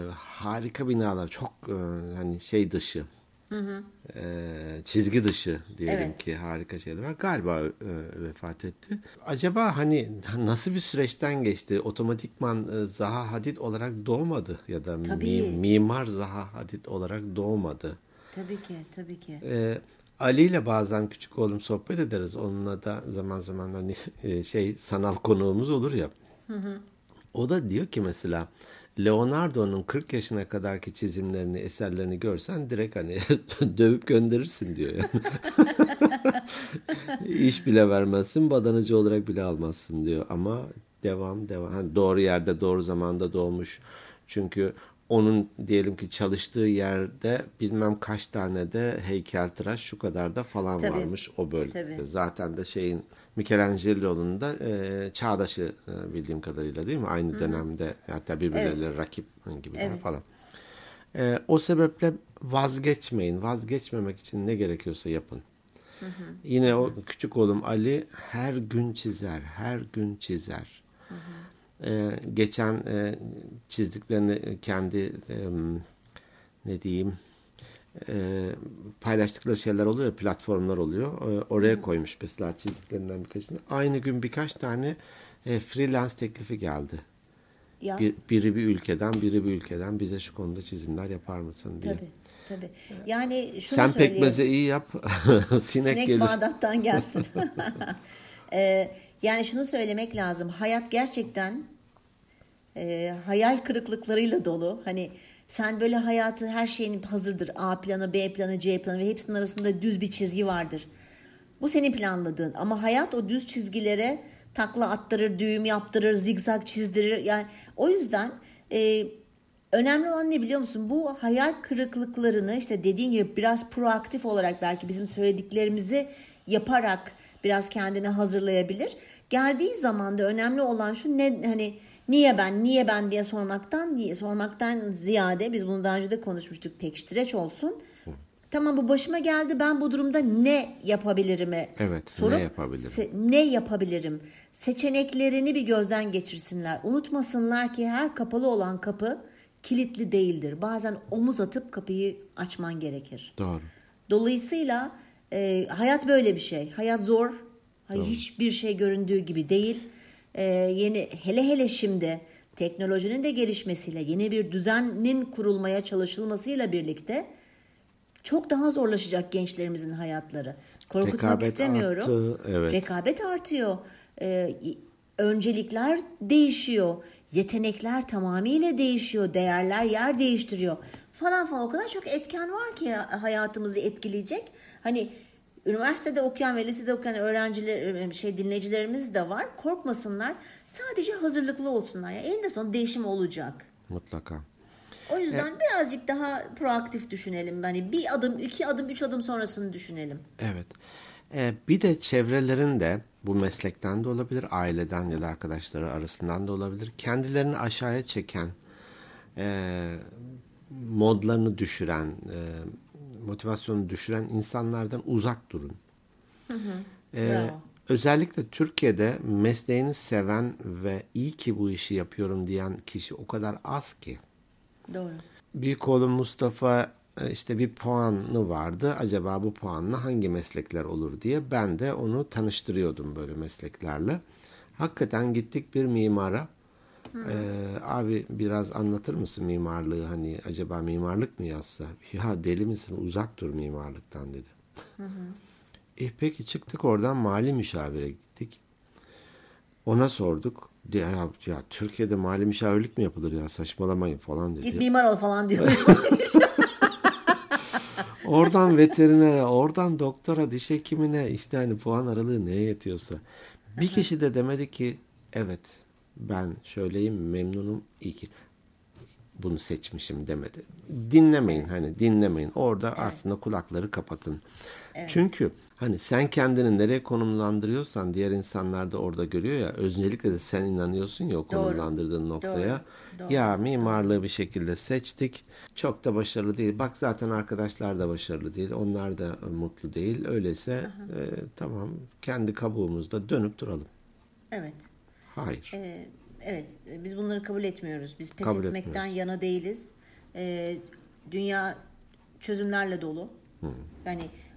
harika binalar. Çok e, hani şey dışı. Hı hı. E, çizgi dışı diyelim evet. ki harika şeyler var. Galiba e, vefat etti. Acaba hani nasıl bir süreçten geçti? Otomatikman e, Zaha Hadid olarak doğmadı ya da mi, mimar Zaha Hadid olarak doğmadı.
Tabii ki, tabii ki.
E, Ali ile bazen küçük oğlum sohbet ederiz. Onunla da zaman zaman hani e, şey sanal konuğumuz olur ya. Hı hı. O da diyor ki mesela Leonardo'nun kırk yaşına kadarki çizimlerini, eserlerini görsen direkt hani dövüp gönderirsin diyor yani. İş bile vermezsin, badanıcı olarak bile almazsın diyor. Ama devam devam. Hani doğru yerde, doğru zamanda doğmuş. Çünkü onun diyelim ki çalıştığı yerde bilmem kaç tane de heykeltıraş şu kadar da falan
Tabii.
varmış o bölgede.
Tabii.
Zaten de şeyin Michelangelo'nun da e, çağdaşı e, bildiğim kadarıyla değil mi? Aynı dönemde hatta birbirleriyle
Evet.
rakip gibiler
Evet.
falan. E, o sebeple vazgeçmeyin. Vazgeçmemek için ne gerekiyorsa yapın. Hı hı. Yine o küçük oğlum Ali her gün çizer, her gün çizer. Hı hı. Ee, geçen e, çizdiklerini kendi e, ne diyeyim e, paylaştıkları şeyler oluyor, platformlar oluyor. E, oraya hı. koymuş mesela çizdiklerinden birkaçını. Aynı gün birkaç tane e, freelance teklifi geldi.
Ya.
Bir, biri bir ülkeden, biri bir ülkeden bize şu konuda çizimler yapar mısın diye.
Tabii. Tabii. Yani şunu
Sen
söyleyeyim.
pekmeze iyi yap. Sinek,
Sinek
gelir.
Bağdat'tan gelsin. ee, yani şunu söylemek lazım. Hayat gerçekten e, hayal kırıklıklarıyla dolu. Hani sen böyle hayatı her şeyin hazırdır. A planı, B planı, C planı ve hepsinin arasında düz bir çizgi vardır. Bu senin planladığın. Ama hayat o düz çizgilere takla attırır, düğüm yaptırır, zigzag çizdirir. Yani o yüzden e, önemli olan ne biliyor musun? Bu hayal kırıklıklarını işte dediğin gibi biraz proaktif olarak belki bizim söylediklerimizi yaparak biraz kendini hazırlayabilir. Geldiği zaman da önemli olan şu ne hani niye ben niye ben diye sormaktan diye sormaktan ziyade biz bunu daha önce de konuşmuştuk pekiştireç olsun. Tamam bu başıma geldi ben bu durumda ne yapabilirim'e
evet,
sorup
ne yapabilirim?
Se- ne yapabilirim? Seçeneklerini bir gözden geçirsinler. Unutmasınlar ki her kapalı olan kapı kilitli değildir. Bazen omuz atıp kapıyı açman gerekir.
Doğru.
Dolayısıyla e, hayat böyle bir şey. Hayat zor. Hayır, hiçbir şey göründüğü gibi değil. E, yeni hele hele şimdi teknolojinin de gelişmesiyle yeni bir düzenin kurulmaya çalışılmasıyla birlikte çok daha zorlaşacak gençlerimizin hayatları. Korkutmak
Rekabet
istemiyorum.
arttı, evet.
Rekabet artıyor. Ee, öncelikler değişiyor. Yetenekler tamamıyla değişiyor. Değerler yer değiştiriyor. Falan falan o kadar çok etken var ki hayatımızı etkileyecek. Hani üniversitede okuyan ve lisede okuyan öğrenciler, şey dinleyicilerimiz de var. Korkmasınlar. Sadece hazırlıklı olsunlar. Yani eninde sonunda değişim olacak.
Mutlaka.
O yüzden evet. birazcık daha proaktif düşünelim. Hani bir adım, iki adım, üç adım sonrasını düşünelim.
Evet. Ee, bir de çevrelerinde bu meslekten de olabilir, aileden ya da arkadaşları arasından da olabilir. Kendilerini aşağıya çeken, e, modlarını düşüren, e, motivasyonunu düşüren insanlardan uzak durun.
Hı hı.
Ee, özellikle Türkiye'de mesleğini seven ve iyi ki bu işi yapıyorum diyen kişi o kadar az ki.
Doğru.
Büyük oğlum Mustafa işte bir puanı vardı. Acaba bu puanla hangi meslekler olur diye ben de onu tanıştırıyordum böyle mesleklerle. Hakikaten gittik bir mimara. Ee, abi biraz anlatır mısın mimarlığı, hani acaba mimarlık mı yazsa? Ya deli misin, uzak dur mimarlıktan dedi. Hı hı. E peki çıktık oradan, mali müşavire gittik. Ona sorduk. Ya, ya Türkiye'de mali müşavirlik mi yapılır ya, saçmalamayın falan dedi.
Git mimar ol falan diyor.
Oradan veterinere, oradan doktora, diş hekimine, işte hani puan aralığı neye yetiyorsa. Bir kişi de demedi ki evet ben şöyleyim, memnunum, iyi ki bunu seçmişim demedi. Dinlemeyin, hani dinlemeyin. Orada evet. aslında kulakları kapatın. Evet. Çünkü hani sen kendini nereye konumlandırıyorsan diğer insanlar da orada görüyor ya. Özellikle de sen inanıyorsun ya o konumlandırdığın Doğru. noktaya. Doğru. Ya mimarlığı Doğru. bir şekilde seçtik. Çok da başarılı değil. Bak zaten arkadaşlar da başarılı değil. Onlar da mutlu değil. Öyleyse e, tamam, kendi kabuğumuzda dönüp duralım.
Evet.
Hayır.
Ee, evet. Biz bunları kabul etmiyoruz. Biz pes
kabul
etmekten
etmiyoruz.
yana değiliz. Ee, dünya çözümlerle dolu. Hı. Yani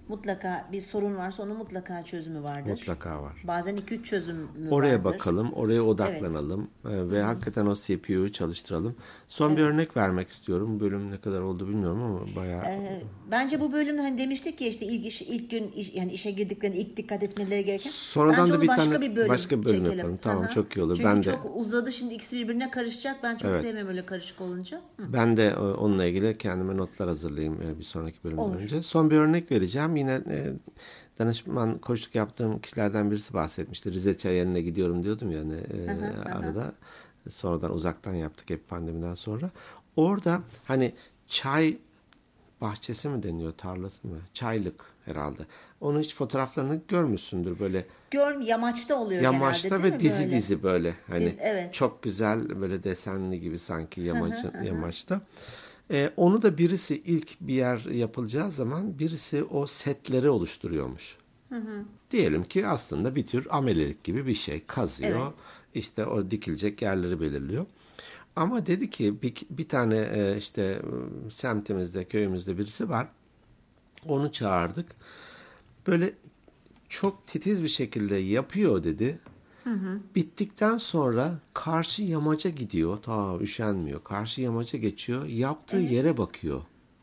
Mutlaka bir sorun varsa onun mutlaka çözümü vardır.
Mutlaka var.
Bazen iki üç çözümü
Oraya
vardır.
bakalım, oraya odaklanalım evet. ve Hı-hı. hakikaten o C P U'yu çalıştıralım. Son evet. bir örnek vermek istiyorum. Bölüm ne kadar oldu bilmiyorum ama bayağı.
Ee, bence bu bölüm hani demiştik ya işte ilk iş, ilk gün iş, yani işe girdiklerinde ilk dikkat etmeleri gereken.
Sonradan
bence
da bir
başka
tane
bir bölüm
başka bir bölüm
çekelim.
yapalım. Tamam Aha. çok iyi olur.
Çünkü
ben
çok
de
uzadı şimdi ikisi birbirine karışacak. Ben çok evet. sevmem öyle karışık olunca. Hı.
Ben de onunla ilgili kendime notlar hazırlayayım bir sonraki bölümden önce. Son bir örnek vereceğim. Yine e, danışman koçluk yaptığım kişilerden birisi bahsetmişti. Rize Çayeli'ne gidiyorum diyordum yani e, aha, arada. Aha. Sonradan uzaktan yaptık hep pandemiden sonra. Orada hani çay bahçesi mi deniyor, tarlası mı? Çaylık herhalde. Onun hiç fotoğraflarını görmüşsündür böyle.
Gör, yamaçta oluyor
yamaçta
genelde değil
ve
mi
dizi
böyle?
dizi böyle. Hani
Diz, evet.
çok güzel böyle desenli gibi sanki yamaçın, yamaçta. Ee, onu da birisi ilk bir yer yapılacağı zaman birisi o setleri oluşturuyormuş. Hı hı. Diyelim ki aslında bir tür amelelik gibi bir şey kazıyor. Evet. İşte o dikilecek yerleri belirliyor. Ama dedi ki bir, bir tane e, işte semtimizde, köyümüzde birisi var. Onu çağırdık. Böyle çok titiz bir şekilde yapıyor dedi. Hı hı. Bittikten sonra karşı yamaca gidiyor. Ta üşenmiyor. Karşı yamaca geçiyor. Yaptığı evet. yere bakıyor.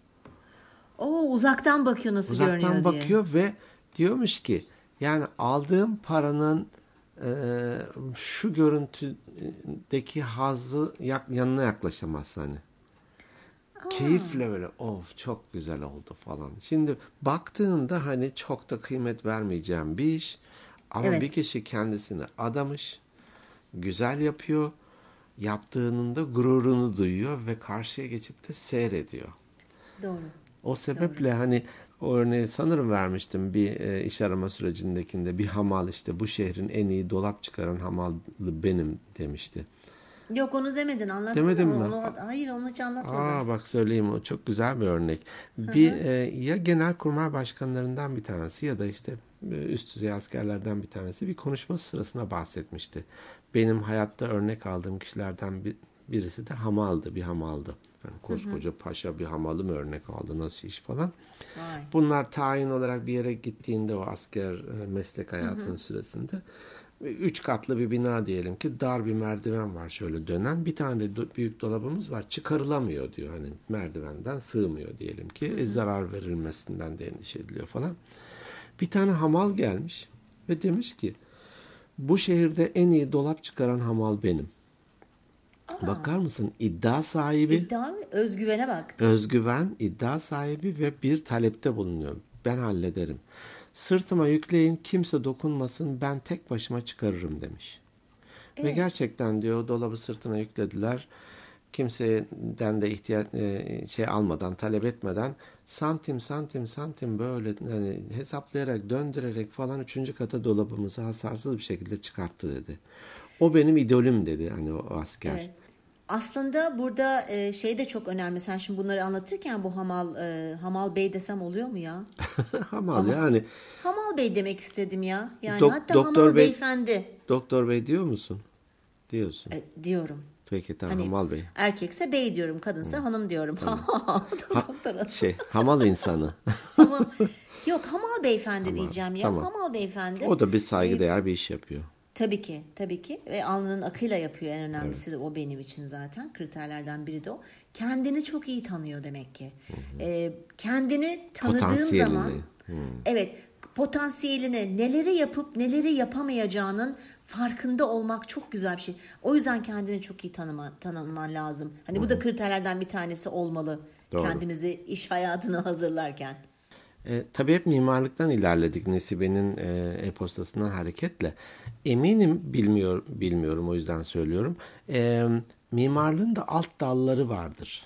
Oo, uzaktan bakıyor nasıl
uzaktan
görünüyor diye.
Uzaktan bakıyor ve diyormuş ki yani aldığım paranın e, şu görüntüdeki hazzı yak, yanına yaklaşamaz hani. Aa. Keyifle böyle of çok güzel oldu falan. Şimdi baktığında hani çok da kıymet vermeyeceğim bir iş. Ama evet. bir kişi kendisini adamış, güzel yapıyor, yaptığının da gururunu duyuyor ve karşıya geçip de seyrediyor.
Doğru.
O sebeple
Doğru.
hani o örneği sanırım vermiştim bir e, iş arama sürecindekinde bir hamal işte bu şehrin en iyi dolap çıkaran hamalı benim demişti.
Yok onu demedin anlatsana.
Demedim mi?
Onu, hayır onu hiç anlatmadın.
Aa, bak söyleyeyim o çok güzel bir örnek. Bir e, ya genelkurmay başkanlarından bir tanesi ya da işte üst düzey askerlerden bir tanesi bir konuşması sırasında bahsetmişti. Benim hayatta örnek aldığım kişilerden bir, birisi de hamaldı, bir hamaldı. Yani koskoca hı hı. paşa bir hamalı mı örnek aldı, nasıl iş falan. Vay. Bunlar tayin olarak bir yere gittiğinde o asker meslek hayatının hı hı. süresinde üç katlı bir bina diyelim ki dar bir merdiven var şöyle dönen. Bir tane de do- büyük dolabımız var. Çıkarılamıyor diyor. Hani merdivenden sığmıyor diyelim ki. Hı hı. E, zarar verilmesinden de endişe ediliyor falan. Bir tane hamal gelmiş ve demiş ki bu şehirde en iyi dolap çıkaran hamal benim. Aa. Bakar mısın? İddia sahibi.
İddia, özgüvene bak.
Özgüven, iddia sahibi ve bir talepte bulunuyor. Ben hallederim. Sırtıma yükleyin, kimse dokunmasın, ben tek başıma çıkarırım demiş. Evet. Ve gerçekten diyor dolabı sırtına yüklediler. Kimseden de ihtiyaç şey almadan, talep etmeden santim santim santim böyle hani hesaplayarak, döndürerek falan üçüncü kata dolabımızı hasarsız bir şekilde çıkarttı dedi. O benim idolüm dedi hani o asker.
Evet. Aslında burada e, şey de çok önemli. Sen şimdi bunları anlatırken bu hamal e, hamal bey desem oluyor mu ya?
hamal, hamal yani.
Hamal bey demek istedim ya. Yani
Dok-
hatta
doktor
hamal
bey,
beyefendi.
Doktor bey diyor musun? Diyorsun.
E, diyorum.
Peki tamam hani,
hamal
bey.
Erkekse bey diyorum, kadınsa hmm. hanım diyorum.
ha, şey hamal insanı.
hamal, yok hamal beyefendi
hamal,
diyeceğim ya.
Tamam.
Hamal beyefendi.
O da bir saygıdeğer ee, bir iş yapıyor.
Tabii ki, tabii ki ve alnının akıyla yapıyor en önemlisi evet. de o benim için zaten kriterlerden biri de o. Kendini çok iyi tanıyor demek ki. Hı hı. Ee, kendini tanıdığın zaman, hı. evet potansiyelini, neleri yapıp neleri yapamayacağının farkında olmak çok güzel bir şey. O yüzden kendini çok iyi tanıma, tanıman lazım. Hani hı hı. bu da kriterlerden bir tanesi olmalı. Doğru. Kendimizi iş hayatına hazırlarken.
E, tabii hep mimarlıktan ilerledik Nesibe'nin e, e-postasından hareketle. Eminim bilmiyor, bilmiyorum o yüzden söylüyorum. E, mimarlığın da alt dalları vardır.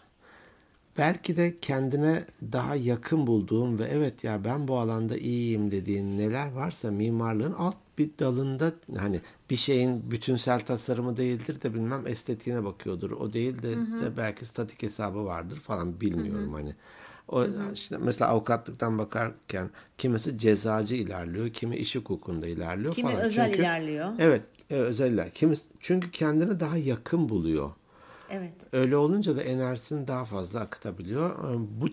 Belki de kendine daha yakın bulduğun ve evet ya ben bu alanda iyiyim dediğin neler varsa mimarlığın alt bir dalında hani bir şeyin bütünsel tasarımı değildir de bilmem estetiğine bakıyordur. O değil de, de belki statik hesabı vardır falan bilmiyorum hı hı. hani. O işte mesela avukatlıktan bakarken kimisi cezacı ilerliyor, kimi iş hukukunda ilerliyor
kimi
falan.
özel
çünkü,
ilerliyor.
Evet, özel ilerliyor. Kimisi çünkü kendini daha yakın buluyor.
Evet.
Öyle olunca da enerjisini daha fazla akıtabiliyor. Bu tip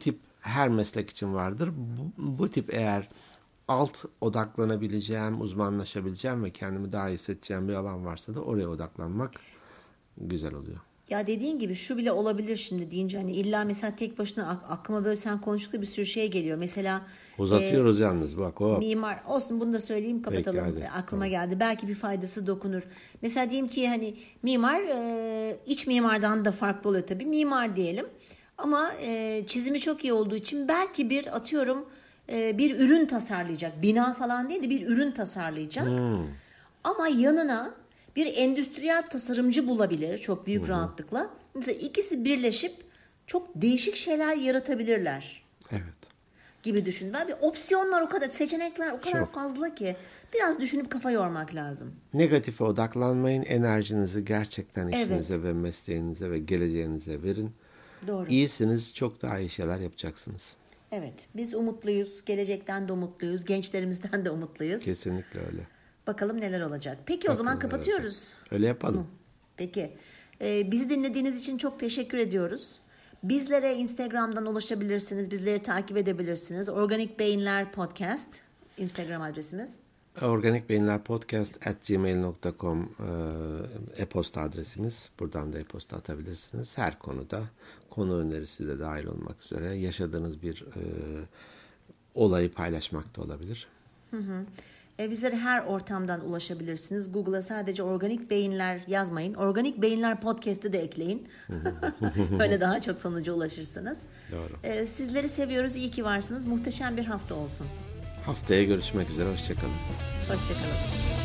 her meslek için vardır. Bu, bu tip eğer alt odaklanabileceğim, uzmanlaşabileceğim ve kendimi daha iyi hissedeceğim bir alan varsa da oraya odaklanmak güzel oluyor.
Ya dediğin gibi şu bile olabilir şimdi deyince hani illa mesela tek başına aklıma böyle sen konuştukça bir sürü şey geliyor. Mesela
uzatıyoruz e, yalnız bak o.
Mimar olsun bunu da söyleyeyim kapatalım. Peki, aklıma tamam. geldi. Belki bir faydası dokunur. Mesela diyelim ki hani mimar e, iç mimardan da farklı oluyor tabii. Mimar diyelim. Ama e, çizimi çok iyi olduğu için belki bir atıyorum e, bir ürün tasarlayacak. Bina falan değil de bir ürün tasarlayacak. Hmm. Ama yanına bir endüstriyel tasarımcı bulabilir çok büyük Hı-hı. rahatlıkla. Mesela ikisi birleşip çok değişik şeyler yaratabilirler.
Evet.
Gibi düşün. Ben bir opsiyonlar o kadar, seçenekler o kadar çok fazla ki biraz düşünüp kafa yormak lazım.
Negatife odaklanmayın. Enerjinizi gerçekten işinize evet. ve mesleğinize ve geleceğinize verin.
Doğru.
İyisiniz, çok daha iyi şeyler yapacaksınız.
Evet. Biz umutluyuz. Gelecekten de umutluyuz. Gençlerimizden de umutluyuz.
Kesinlikle öyle.
Bakalım neler olacak. Peki Bakalım o zaman kapatıyoruz.
Öyle yapalım. Hı.
Peki. Ee, bizi dinlediğiniz için çok teşekkür ediyoruz. Bizlere Instagram'dan ulaşabilirsiniz. Bizleri takip edebilirsiniz. Organik Beyinler Podcast Instagram adresimiz.
Organik Beyinler Podcast at gmail nokta com e-posta adresimiz. Buradan da e-posta atabilirsiniz. Her konuda konu önerisi de dahil olmak üzere yaşadığınız bir e, olayı paylaşmak da olabilir.
Hı hı. E, bizlere her ortamdan ulaşabilirsiniz. Google'a sadece Organik Beyinler yazmayın. Organik Beyinler Podcast'ı da ekleyin. Böyle daha çok sonuca ulaşırsınız.
Doğru.
E, sizleri seviyoruz. İyi ki varsınız. Muhteşem bir hafta olsun.
Haftaya görüşmek üzere. Hoşçakalın.
Hoşçakalın.